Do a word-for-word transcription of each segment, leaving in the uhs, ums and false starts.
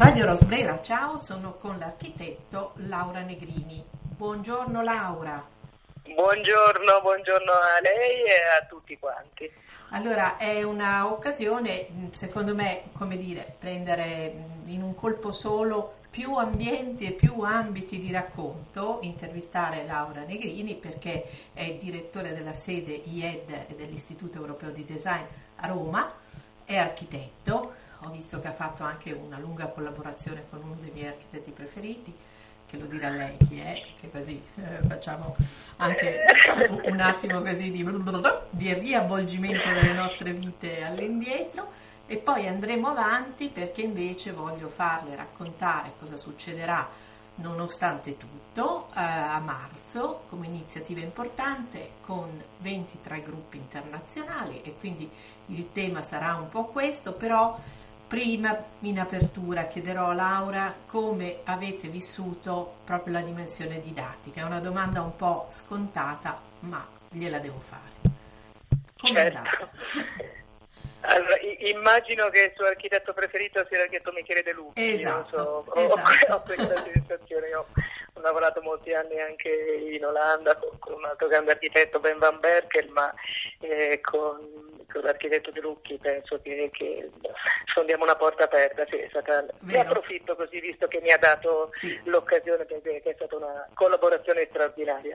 Radio Rosbrera, ciao, sono con l'architetto Laura Negrini. Buongiorno Laura. Buongiorno, buongiorno a lei e a tutti quanti. Allora, è una occasione, secondo me, come dire, prendere in un colpo solo più ambienti e più ambiti di racconto, intervistare Laura Negrini perché è direttore della sede I E D e dell'Istituto Europeo di Design a Roma, è architetto. Ho visto che ha fatto anche una lunga collaborazione con uno dei miei architetti preferiti, che lo dirà lei chi è, che così eh, facciamo anche un attimo così di, di riavvolgimento delle nostre vite all'indietro, e poi andremo avanti perché invece voglio farle raccontare cosa succederà nonostante tutto eh, a marzo come iniziativa importante con ventitré gruppi internazionali, e quindi il tema sarà un po' questo. Però prima, in apertura, chiederò a Laura come avete vissuto proprio la dimensione didattica. È una domanda un po' scontata, ma gliela devo fare. Come certo. è andata? Allora, immagino che il suo architetto preferito sia l'architetto Michele De Lucchi. Esatto, so, ho, esatto. ho questa sensazione. Io ho lavorato molti anni anche in Olanda con, con un altro grande architetto, Ben van Berkel, ma eh, con, con l'architetto De Lucchi penso che, che sfondiamo una porta aperta. Sì, è stata, ne approfitto così, visto che mi ha dato sì. l'occasione, perché è stata una collaborazione straordinaria.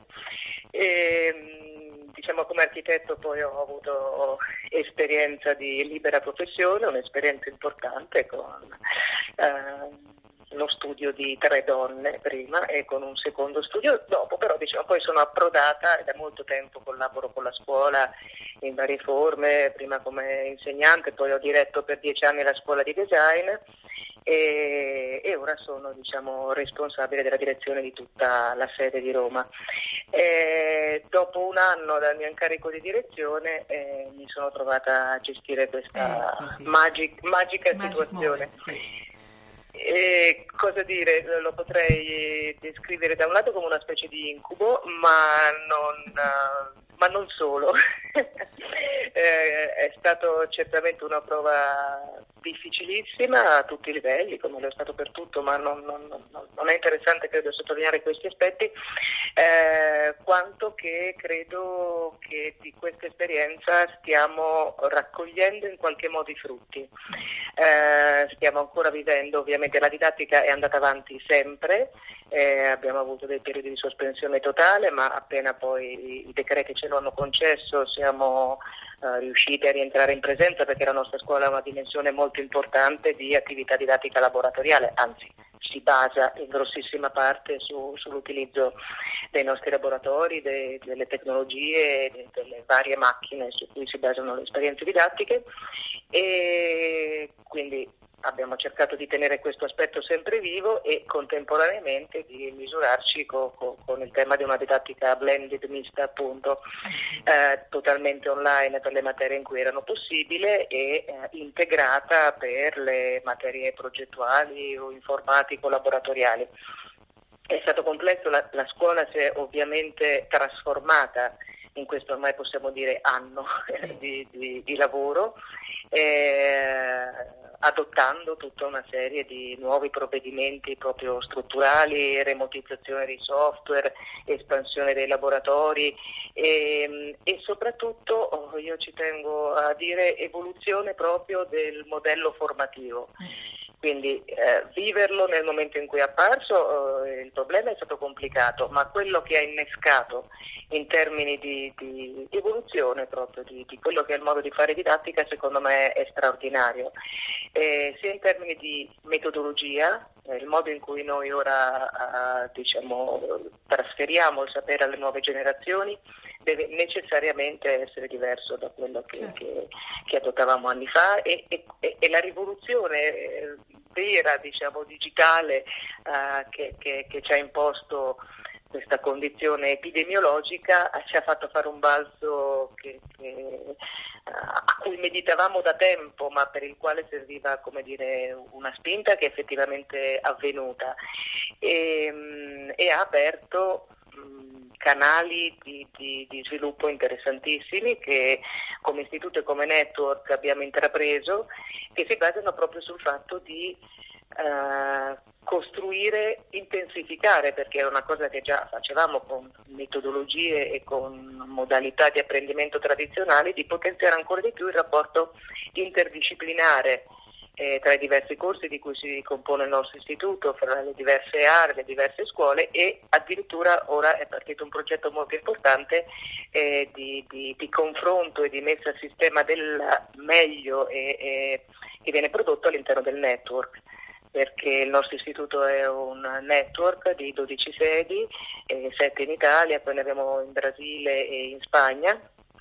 E, diciamo, come architetto poi ho avuto esperienza di libera professione, un'esperienza importante con eh, lo studio di tre donne prima e con un secondo studio dopo, però diciamo poi sono approdata e da molto tempo collaboro con la scuola in varie forme, prima come insegnante, poi ho diretto per dieci anni la scuola di design e, e ora sono, diciamo, responsabile della direzione di tutta la sede di Roma. E dopo un anno dal mio incarico di direzione eh, mi sono trovata a gestire questa eh, magic, magica Magic situazione. Moment, sì. E cosa dire, lo potrei descrivere da un lato come una specie di incubo, ma non, ma non solo. È stato certamente una prova difficilissima a tutti i livelli, come lo è stato per tutto, ma non, non, non è interessante, credo, sottolineare questi aspetti, eh, quanto che credo che di questa esperienza stiamo raccogliendo in qualche modo i frutti. Eh, stiamo ancora vivendo, ovviamente la didattica è andata avanti sempre, eh, abbiamo avuto dei periodi di sospensione totale, ma appena poi i decreti ce lo hanno concesso siamo eh, riusciti a rientrare in presenza, perché la nostra scuola ha una dimensione molto importante di attività didattica laboratoriale, anzi si basa in grossissima parte su, sull'utilizzo dei nostri laboratori, dei, delle tecnologie, de, delle varie macchine su cui si basano le esperienze didattiche, e quindi abbiamo cercato di tenere questo aspetto sempre vivo e contemporaneamente di misurarci co, co, con il tema di una didattica blended, mista appunto, eh, totalmente online per le materie in cui erano possibile e eh, integrata per le materie progettuali o informatico-laboratoriali. È stato complesso, la, la scuola si è ovviamente trasformata in questo, ormai possiamo dire, anno sì. di, di, di lavoro, eh, adottando tutta una serie di nuovi provvedimenti proprio strutturali, remotizzazione dei software, espansione dei laboratori e, e soprattutto, oh, io ci tengo a dire, evoluzione proprio del modello formativo. Quindi eh, viverlo nel momento in cui è apparso, eh, il problema è stato complicato, ma quello che ha innescato in termini di, di, di evoluzione proprio di, di quello che è il modo di fare didattica, secondo me è straordinario, eh, sia in termini di metodologia, eh, il modo in cui noi ora eh, diciamo, trasferiamo il sapere alle nuove generazioni deve necessariamente essere diverso da quello che, certo. che, che adottavamo anni fa, e, e, e la rivoluzione eh, vera, diciamo, digitale eh, che, che, che ci ha imposto questa condizione epidemiologica ci ha fatto fare un balzo che, che, a cui meditavamo da tempo, ma per il quale serviva, come dire, una spinta che è effettivamente avvenuta e, e ha aperto mh, canali di, di, di sviluppo interessantissimi che come istituto e come network abbiamo intrapreso, che si basano proprio sul fatto di eh, costruire, intensificare, perché era una cosa che già facevamo con metodologie e con modalità di apprendimento tradizionali, di potenziare ancora di più il rapporto interdisciplinare eh, tra i diversi corsi di cui si compone il nostro istituto, fra le diverse aree, le diverse scuole, e addirittura ora è partito un progetto molto importante eh, di, di, di confronto e di messa a sistema del meglio e, e, che viene prodotto all'interno del network, perché il nostro istituto è un network di dodici sedi, eh, sette in Italia, poi ne abbiamo in Brasile e in Spagna.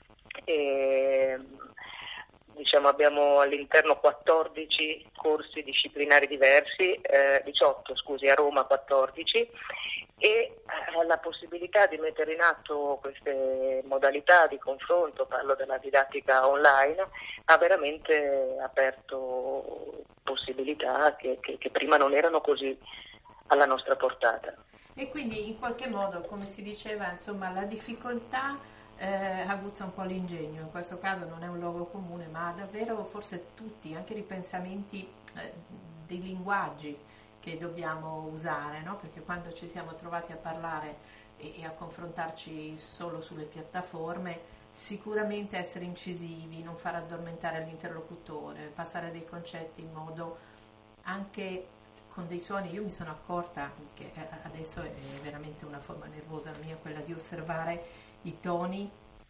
E, diciamo, abbiamo all'interno quattordici corsi disciplinari diversi, eh, diciotto scusi, a Roma quattordici, e eh, la possibilità di mettere in atto queste modalità di confronto, parlo della didattica online, ha veramente aperto possibilità che, che, che prima non erano così alla nostra portata. E quindi in qualche modo, come si diceva, insomma, la difficoltà eh, aguzza un po' l'ingegno. In questo caso non è un luogo comune, ma davvero forse tutti, anche ripensamenti eh, dei linguaggi che dobbiamo usare, no? Perché quando ci siamo trovati a parlare e, e a confrontarci solo sulle piattaforme, sicuramente essere incisivi, non far addormentare l'interlocutore, passare dei concetti in modo anche con dei suoni. Io mi sono accorta che adesso è veramente una forma nervosa mia quella di osservare i toni,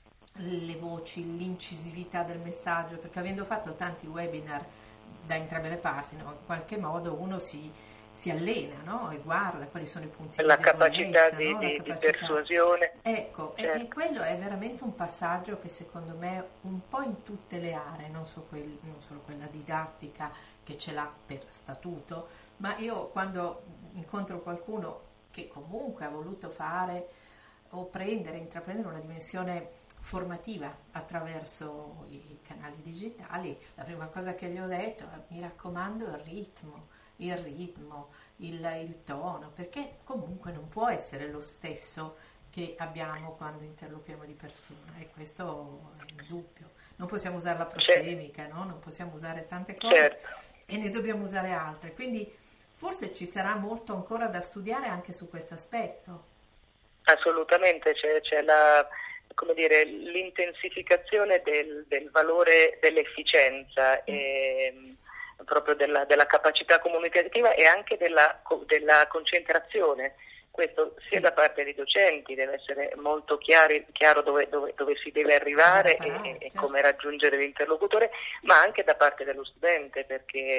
le voci, l'incisività del messaggio, perché avendo fatto tanti webinar da entrambe le parti, no? In qualche modo uno si, si allena, no? E guarda quali sono i punti la di capacità debolezza, di, no? La di, capacità. di persuasione. Ecco, certo. e, e quello è veramente un passaggio che secondo me un po' in tutte le aree, non, so quel, non solo quella didattica che ce l'ha per statuto, ma io quando incontro qualcuno che comunque ha voluto fare o prendere, intraprendere una dimensione formativa attraverso i canali digitali, la prima cosa che gli ho detto è: mi raccomando il ritmo, il ritmo, il, il tono, perché comunque non può essere lo stesso che abbiamo quando interloquiamo di persona, e questo è indubbio. Non possiamo usare la prosemica, no? Non possiamo usare tante cose, certo. E ne dobbiamo usare altre, quindi forse ci sarà molto ancora da studiare anche su questo aspetto. Assolutamente, c'è, c'è la, come dire, l'intensificazione del, del valore dell'efficienza, mm. e, proprio della, della capacità comunicativa e anche della, della concentrazione. Questo sia sì. da parte dei docenti, deve essere molto chiari, chiaro dove, dove, dove si deve arrivare parare, e, certo. e come raggiungere l'interlocutore, ma anche da parte dello studente, perché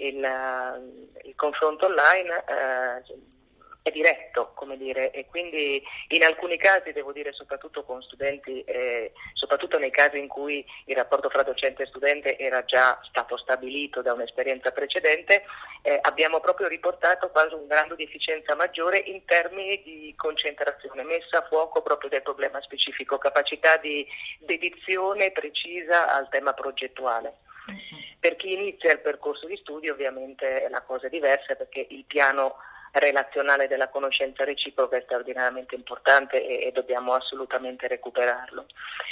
il, il confronto online eh, è diretto, come dire, e quindi in alcuni casi, devo dire, soprattutto con studenti, eh, soprattutto nei casi in cui il rapporto fra docente e studente era già stato stabilito da un'esperienza precedente, eh, abbiamo proprio riportato quasi un grado di efficienza maggiore in termini di concentrazione, messa a fuoco proprio del problema specifico, capacità di dedizione precisa al tema progettuale. Per chi inizia il percorso di studio ovviamente la cosa è diversa, perché il piano relazionale della conoscenza reciproca è straordinariamente importante e, e dobbiamo assolutamente recuperarlo.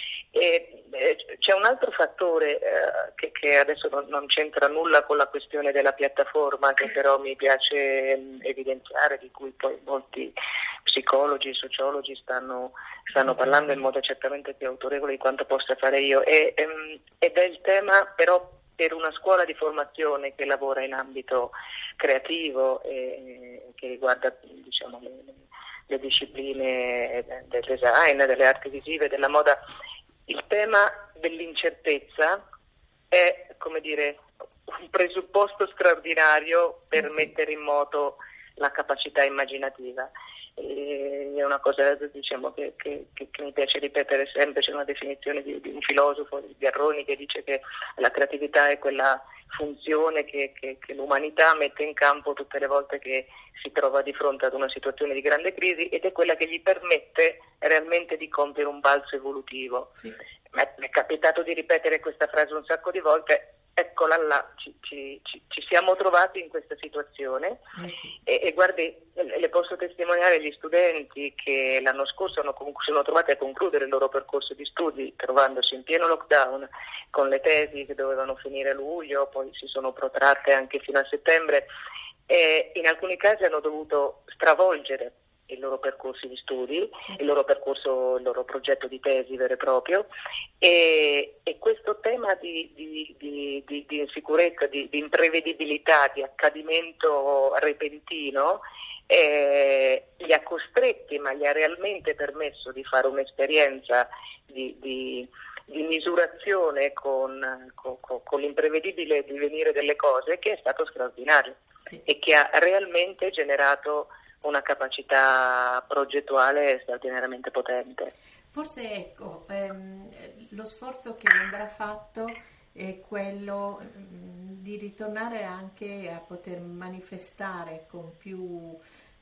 E, eh, c'è un altro fattore eh, che, che adesso non, non c'entra nulla con la questione della piattaforma, che però mi piace mh, evidenziare, di cui poi molti psicologi, sociologi stanno, stanno parlando in modo certamente più autorevole di quanto possa fare io, e, ehm, ed è il tema però per una scuola di formazione che lavora in ambito creativo e che riguarda, diciamo, le, le discipline del design, delle arti visive, della moda. Il tema dell'incertezza è, come dire, un presupposto straordinario per sì. mettere in moto la capacità immaginativa. E è una cosa, diciamo, che, che, che mi piace ripetere sempre. C'è una definizione di, di un filosofo, di Garroni, che dice che la creatività è quella funzione che, che, che l'umanità mette in campo tutte le volte che si trova di fronte ad una situazione di grande crisi, ed è quella che gli permette realmente di compiere un balzo evolutivo. Sì. Mi è capitato di ripetere questa frase un sacco di volte. Eccola là, ci, ci, ci, ci siamo trovati in questa situazione eh sì. e, e guardi, le posso testimoniare gli studenti che l'anno scorso hanno, sono trovati a concludere il loro percorso di studi trovandosi in pieno lockdown, con le tesi che dovevano finire a luglio, poi si sono protratte anche fino a settembre, e in alcuni casi hanno dovuto stravolgere il loro percorso di studi, il loro percorso, il loro progetto di tesi vero e proprio, e, e questo tema di, di, di, di, di insicurezza, di, di imprevedibilità, di accadimento repentino, eh, li ha costretti, ma gli ha realmente permesso di fare un'esperienza di, di, di misurazione con, con, con l'imprevedibile divenire delle cose, che è stato straordinario, sì, e che ha realmente generato una capacità progettuale straordinariamente potente. Forse ecco, ehm, lo sforzo che andrà fatto è quello mh, di ritornare anche a poter manifestare con più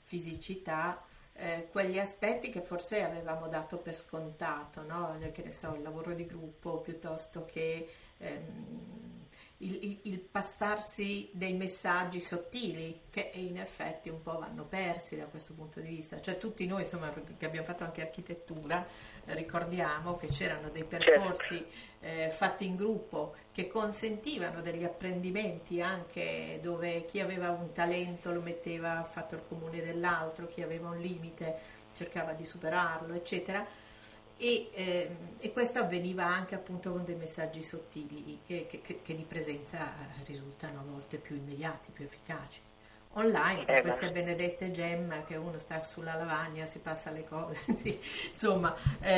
fisicità eh, quegli aspetti che forse avevamo dato per scontato, no? Che ne so, il lavoro di gruppo piuttosto che ehm, Il, il, il passarsi dei messaggi sottili che in effetti un po' vanno persi da questo punto di vista, cioè tutti noi insomma che abbiamo fatto anche architettura eh, ricordiamo che c'erano dei percorsi eh, fatti in gruppo che consentivano degli apprendimenti anche dove chi aveva un talento lo metteva fatto il comune dell'altro, chi aveva un limite cercava di superarlo eccetera. E, eh, e questo avveniva anche appunto con dei messaggi sottili che, che, che di presenza risultano a volte più immediati, più efficaci. Online con queste benedette gemme che uno sta sulla lavagna, si passa le cose, sì. Insomma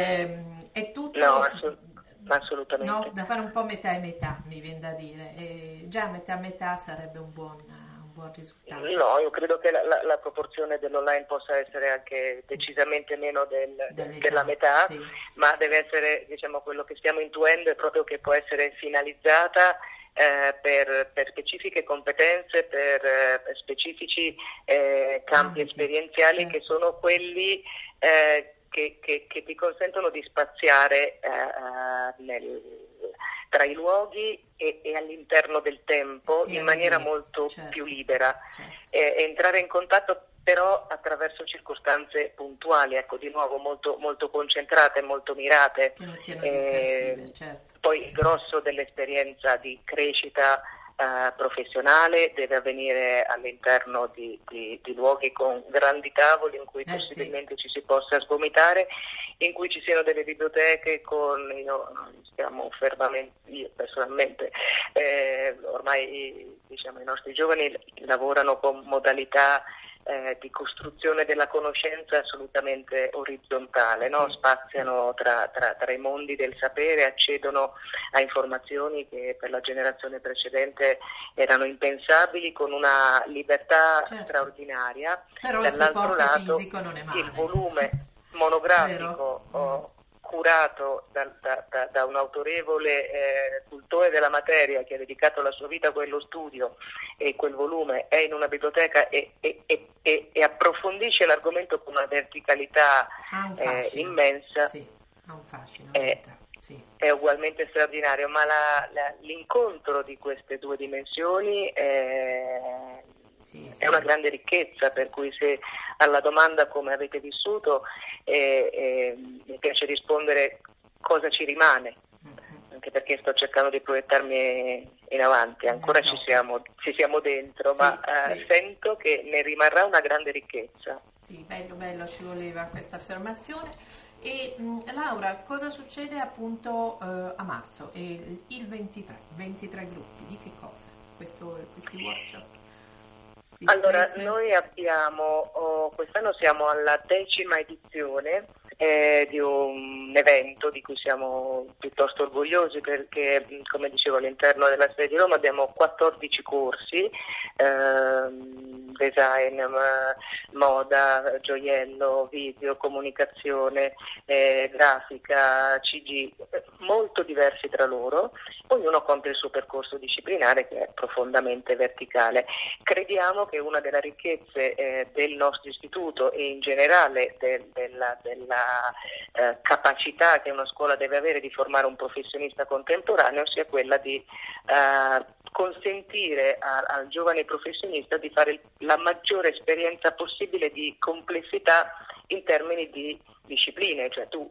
ehm, è tutto no, assolut- assolutamente no, da fare un po' metà e metà, mi viene da dire, e già metà e metà sarebbe un buon buon risultato. No, io credo che la, la, la proporzione dell'online possa essere anche decisamente meno del, del, metà, della metà, sì, ma deve essere, diciamo, quello che stiamo intuendo è proprio che può essere finalizzata eh, per, per specifiche competenze, per, eh, per specifici eh, campi ah, esperienziali, certo, che sono quelli eh, che, che, che ti consentono di spaziare eh, nel tra i luoghi e, e all'interno del tempo e in maniera lì, molto certo, più libera, certo, e, e entrare in contatto però attraverso circostanze puntuali, ecco, di nuovo molto, molto concentrate, molto mirate, che non siano dispersive, eh, certo. Poi il grosso dell'esperienza di crescita Uh, professionale deve avvenire all'interno di, di, di luoghi con grandi tavoli in cui eh, possibilmente sì, ci si possa sgomitare, in cui ci siano delle biblioteche con, io stiamo fermamente, io personalmente, eh, ormai diciamo i nostri giovani lavorano con modalità Eh, di costruzione della conoscenza assolutamente orizzontale, no? Sì, spaziano sì. Tra, tra, tra i mondi del sapere, accedono a informazioni che per la generazione precedente erano impensabili, con una libertà certo, straordinaria. Però dall'altro il lato fisico non è male. Il volume monografico oh, curato da, da, da, da un autorevole eh, cultore della materia che ha dedicato la sua vita a quello studio, e quel volume è in una biblioteca e, e, e, e approfondisce l'argomento con una verticalità un eh, immensa, sì, ha un fascino, è, sì, è ugualmente straordinario, ma la, la, l'incontro di queste due dimensioni è, sì, sì, è una grande ricchezza, per cui se alla domanda come avete vissuto eh, eh, mi piace rispondere cosa ci rimane, anche perché sto cercando di proiettarmi in avanti, ancora ci siamo, ci siamo dentro, ma sì, eh, sì, sento che ne rimarrà una grande ricchezza. Sì, bello, bello, ci voleva questa affermazione. E mh, Laura, cosa succede appunto eh, a marzo? E il ventitré, ventitré gruppi, di che cosa? Questo, questi workshop? Allora, noi abbiamo, oh, quest'anno siamo alla decima edizione eh, di un evento di cui siamo piuttosto orgogliosi, perché, come dicevo, all'interno della sede di Roma abbiamo quattordici corsi, eh, design, moda, gioiello, video, comunicazione, eh, grafica, C G, molto diversi tra loro, ognuno compie il suo percorso disciplinare che è profondamente verticale. Crediamo che una delle ricchezze eh, del nostro istituto e in generale del, della, della eh, capacità che una scuola deve avere di formare un professionista contemporaneo sia quella di eh, consentire a, al giovane professionista di fare la maggiore esperienza possibile di complessità in termini di discipline, cioè tu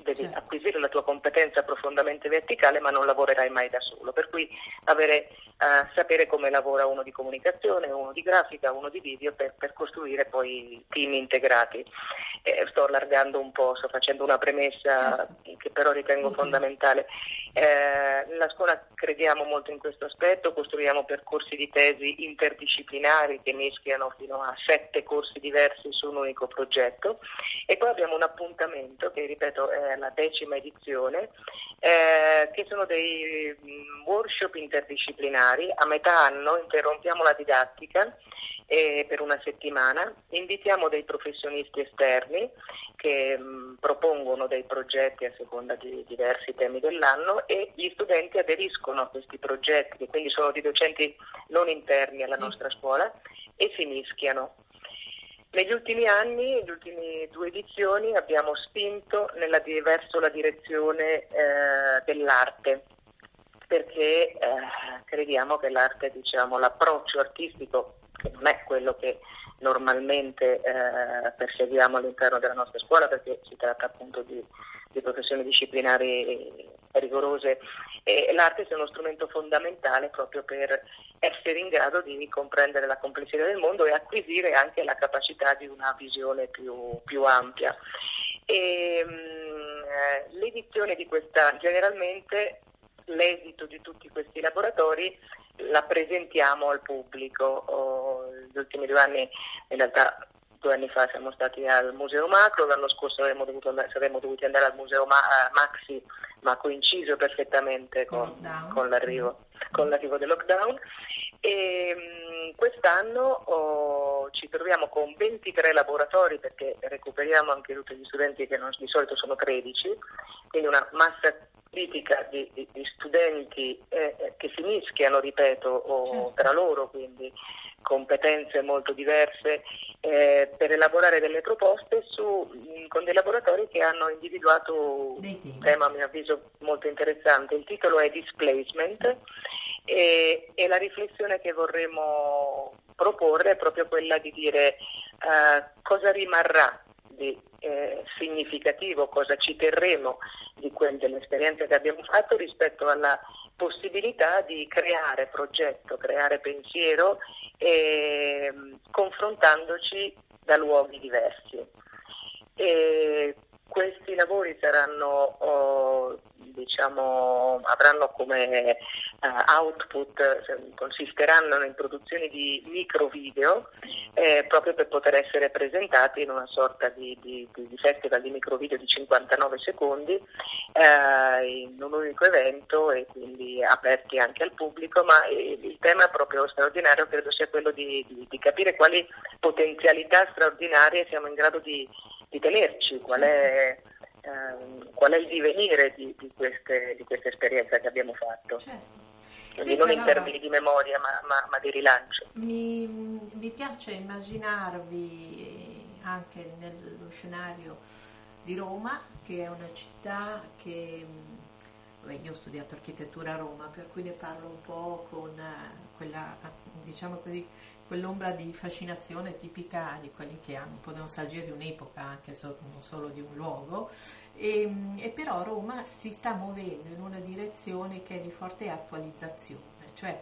devi certo. acquisire la tua competenza profondamente verticale, ma non lavorerai mai da solo, per cui avere, uh, sapere come lavora uno di comunicazione, uno di grafica, uno di video per, per costruire poi team integrati. Eh, sto allargando un po', sto facendo una premessa Certo. che però ritengo Utile. fondamentale. Eh, nella scuola crediamo molto in questo aspetto, costruiamo percorsi di tesi interdisciplinari che mischiano fino a sette corsi diversi su un unico progetto, e poi abbiamo un appuntamento che, ripeto, è la decima edizione, eh, che sono dei mh, workshop interdisciplinari. A metà anno interrompiamo la didattica e per una settimana invitiamo dei professionisti esterni che mh, propongono dei progetti a seconda di diversi temi dell'anno, e gli studenti aderiscono a questi progetti, che quindi sono di docenti non interni alla Sì. nostra scuola, e si mischiano. Negli ultimi anni, negli ultimi due edizioni, abbiamo spinto nella, verso la direzione eh, dell'arte, perché eh, crediamo che l'arte, diciamo, l'approccio artistico, che non è quello che normalmente eh, perseguiamo all'interno della nostra scuola, perché si tratta appunto di, di professioni disciplinari rigorose, e l'arte sia uno strumento fondamentale proprio per essere in grado di comprendere la complessità del mondo e acquisire anche la capacità di una visione più, più ampia. E, mh, l'edizione di questa, generalmente l'esito di tutti questi laboratori la presentiamo al pubblico. Oh, gli ultimi due anni, in realtà due anni fa siamo stati al Museo Macro, l'anno scorso saremmo dovuti andare, saremmo dovuti andare al Museo Ma- Maxi, ma coinciso perfettamente con, Con con, l'arrivo, con l'arrivo del lockdown. E mh, quest'anno oh, ci troviamo con ventitré laboratori, perché recuperiamo anche tutti gli studenti che non, di solito sono tredici, quindi una massa critica di, di, di studenti eh, che si mischiano, ripeto, o Certo. tra loro, quindi competenze molto diverse, eh, per elaborare delle proposte su, mh, con dei laboratori che hanno individuato un tema, a mio avviso, molto interessante. Il titolo è Displacement, e, e la riflessione che vorremmo proporre è proprio quella di dire eh, cosa rimarrà di eh, significativo, cosa ci terremo di quelle delle esperienze che abbiamo fatto rispetto alla possibilità di creare progetto, creare pensiero, eh, confrontandoci da luoghi diversi. E questi lavori saranno, oh, diciamo, avranno come uh, output, consisteranno in produzioni di micro video, eh, proprio per poter essere presentati in una sorta di, di, di festival di micro video di cinquantanove secondi, eh, in un unico evento, e quindi aperti anche al pubblico. Ma il, il tema proprio straordinario credo sia quello di, di, di capire quali potenzialità straordinarie siamo in grado di di tenerci, qual è, ehm, qual è il divenire di, di, queste, di questa esperienza che abbiamo fatto. Certo. Quindi Sì, non però in termini di memoria, ma, ma, ma di rilancio. Mi, mi piace immaginarvi anche nello scenario di Roma, che è una città che, beh, io ho studiato architettura a Roma, per cui ne parlo un po' con quella, diciamo così, quell'ombra di fascinazione tipica di quelli che hanno un po' di nostalgia di un'epoca, anche so, non solo di un luogo, e, e però Roma si sta muovendo in una direzione che è di forte attualizzazione, cioè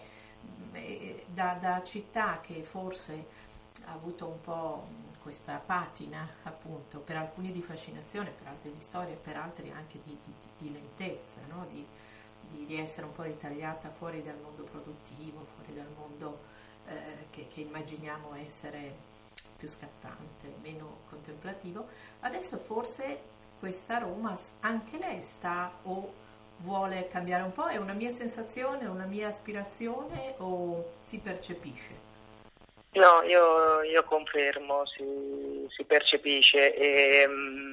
da, da città che forse ha avuto un po' questa patina, appunto, per alcuni di fascinazione, per altri di storia, per altri anche di, di, di lentezza, no? di, di, di essere un po' ritagliata fuori dal mondo produttivo, fuori dal mondo Eh, che, che immaginiamo essere più scattante, meno contemplativo. Adesso forse questa Roma anche lei sta o vuole cambiare un po'? È una mia sensazione, una mia aspirazione, o si percepisce? No, io, io confermo, si, si percepisce, e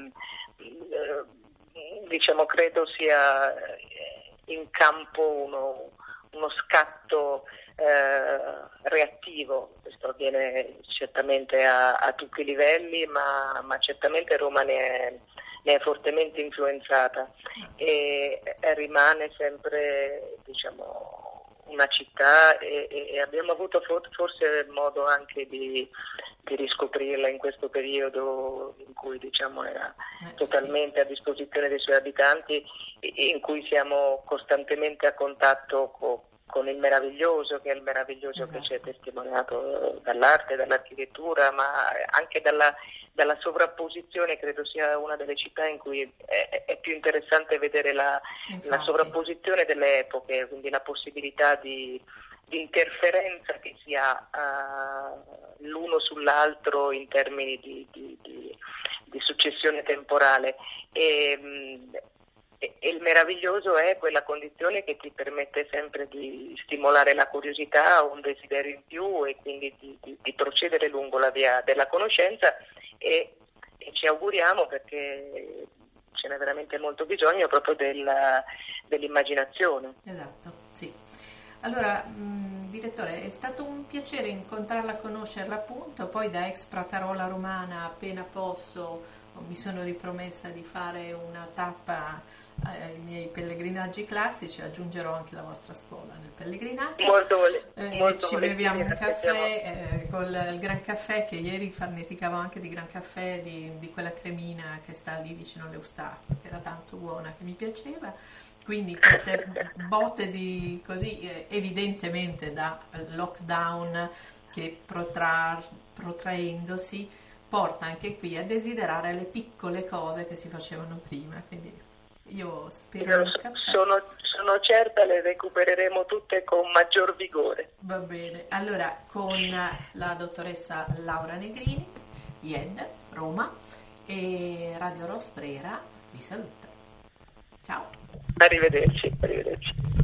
diciamo credo sia in campo uno, uno scatto Eh, reattivo. Questo avviene certamente a, a tutti i livelli, ma, ma certamente Roma ne è, ne è fortemente influenzata, e, e rimane sempre, diciamo, una città, e, e abbiamo avuto for, forse modo anche di, di riscoprirla in questo periodo in cui diciamo era eh, totalmente a disposizione dei suoi abitanti, in cui siamo costantemente a contatto con, con il meraviglioso, che è il meraviglioso esatto. che ci è testimoniato dall'arte, dall'architettura, ma anche dalla, dalla sovrapposizione. Credo sia una delle città in cui è, è più interessante vedere la, la sovrapposizione delle epoche, quindi la possibilità di di interferenza che si ha uh, l'uno sull'altro in termini di, di, di, di successione temporale e, mh, e, e il meraviglioso è quella condizione che ti permette sempre di stimolare la curiosità, un desiderio in più e quindi di, di, di procedere lungo la via della conoscenza e, e ci auguriamo, perché ce n'è veramente molto bisogno, proprio del, dell'immaginazione. Esatto, sì. Allora, mh, direttore, è stato un piacere incontrarla, conoscerla appunto, poi da ex Pratarola romana appena posso mi sono ripromessa di fare una tappa ai miei pellegrinaggi classici, aggiungerò anche la vostra scuola nel pellegrinaggio. Molto, eh, molto ci beviamo un caffè, eh, con il Gran Caffè, che ieri farneticavo anche di Gran Caffè, di, di quella cremina che sta lì vicino all'Eustachio, che era tanto buona, che mi piaceva. Quindi queste botte di così, eh, evidentemente da lockdown che protra, protraendosi porta anche qui a desiderare le piccole cose che si facevano prima. Quindi io spero io sono, sono certa le recupereremo tutte con maggior vigore. Va bene, allora con la dottoressa Laura Negrini, I E D Roma e Radio Rosbrera vi saluta. Ciao. Arrivederci, arrivederci.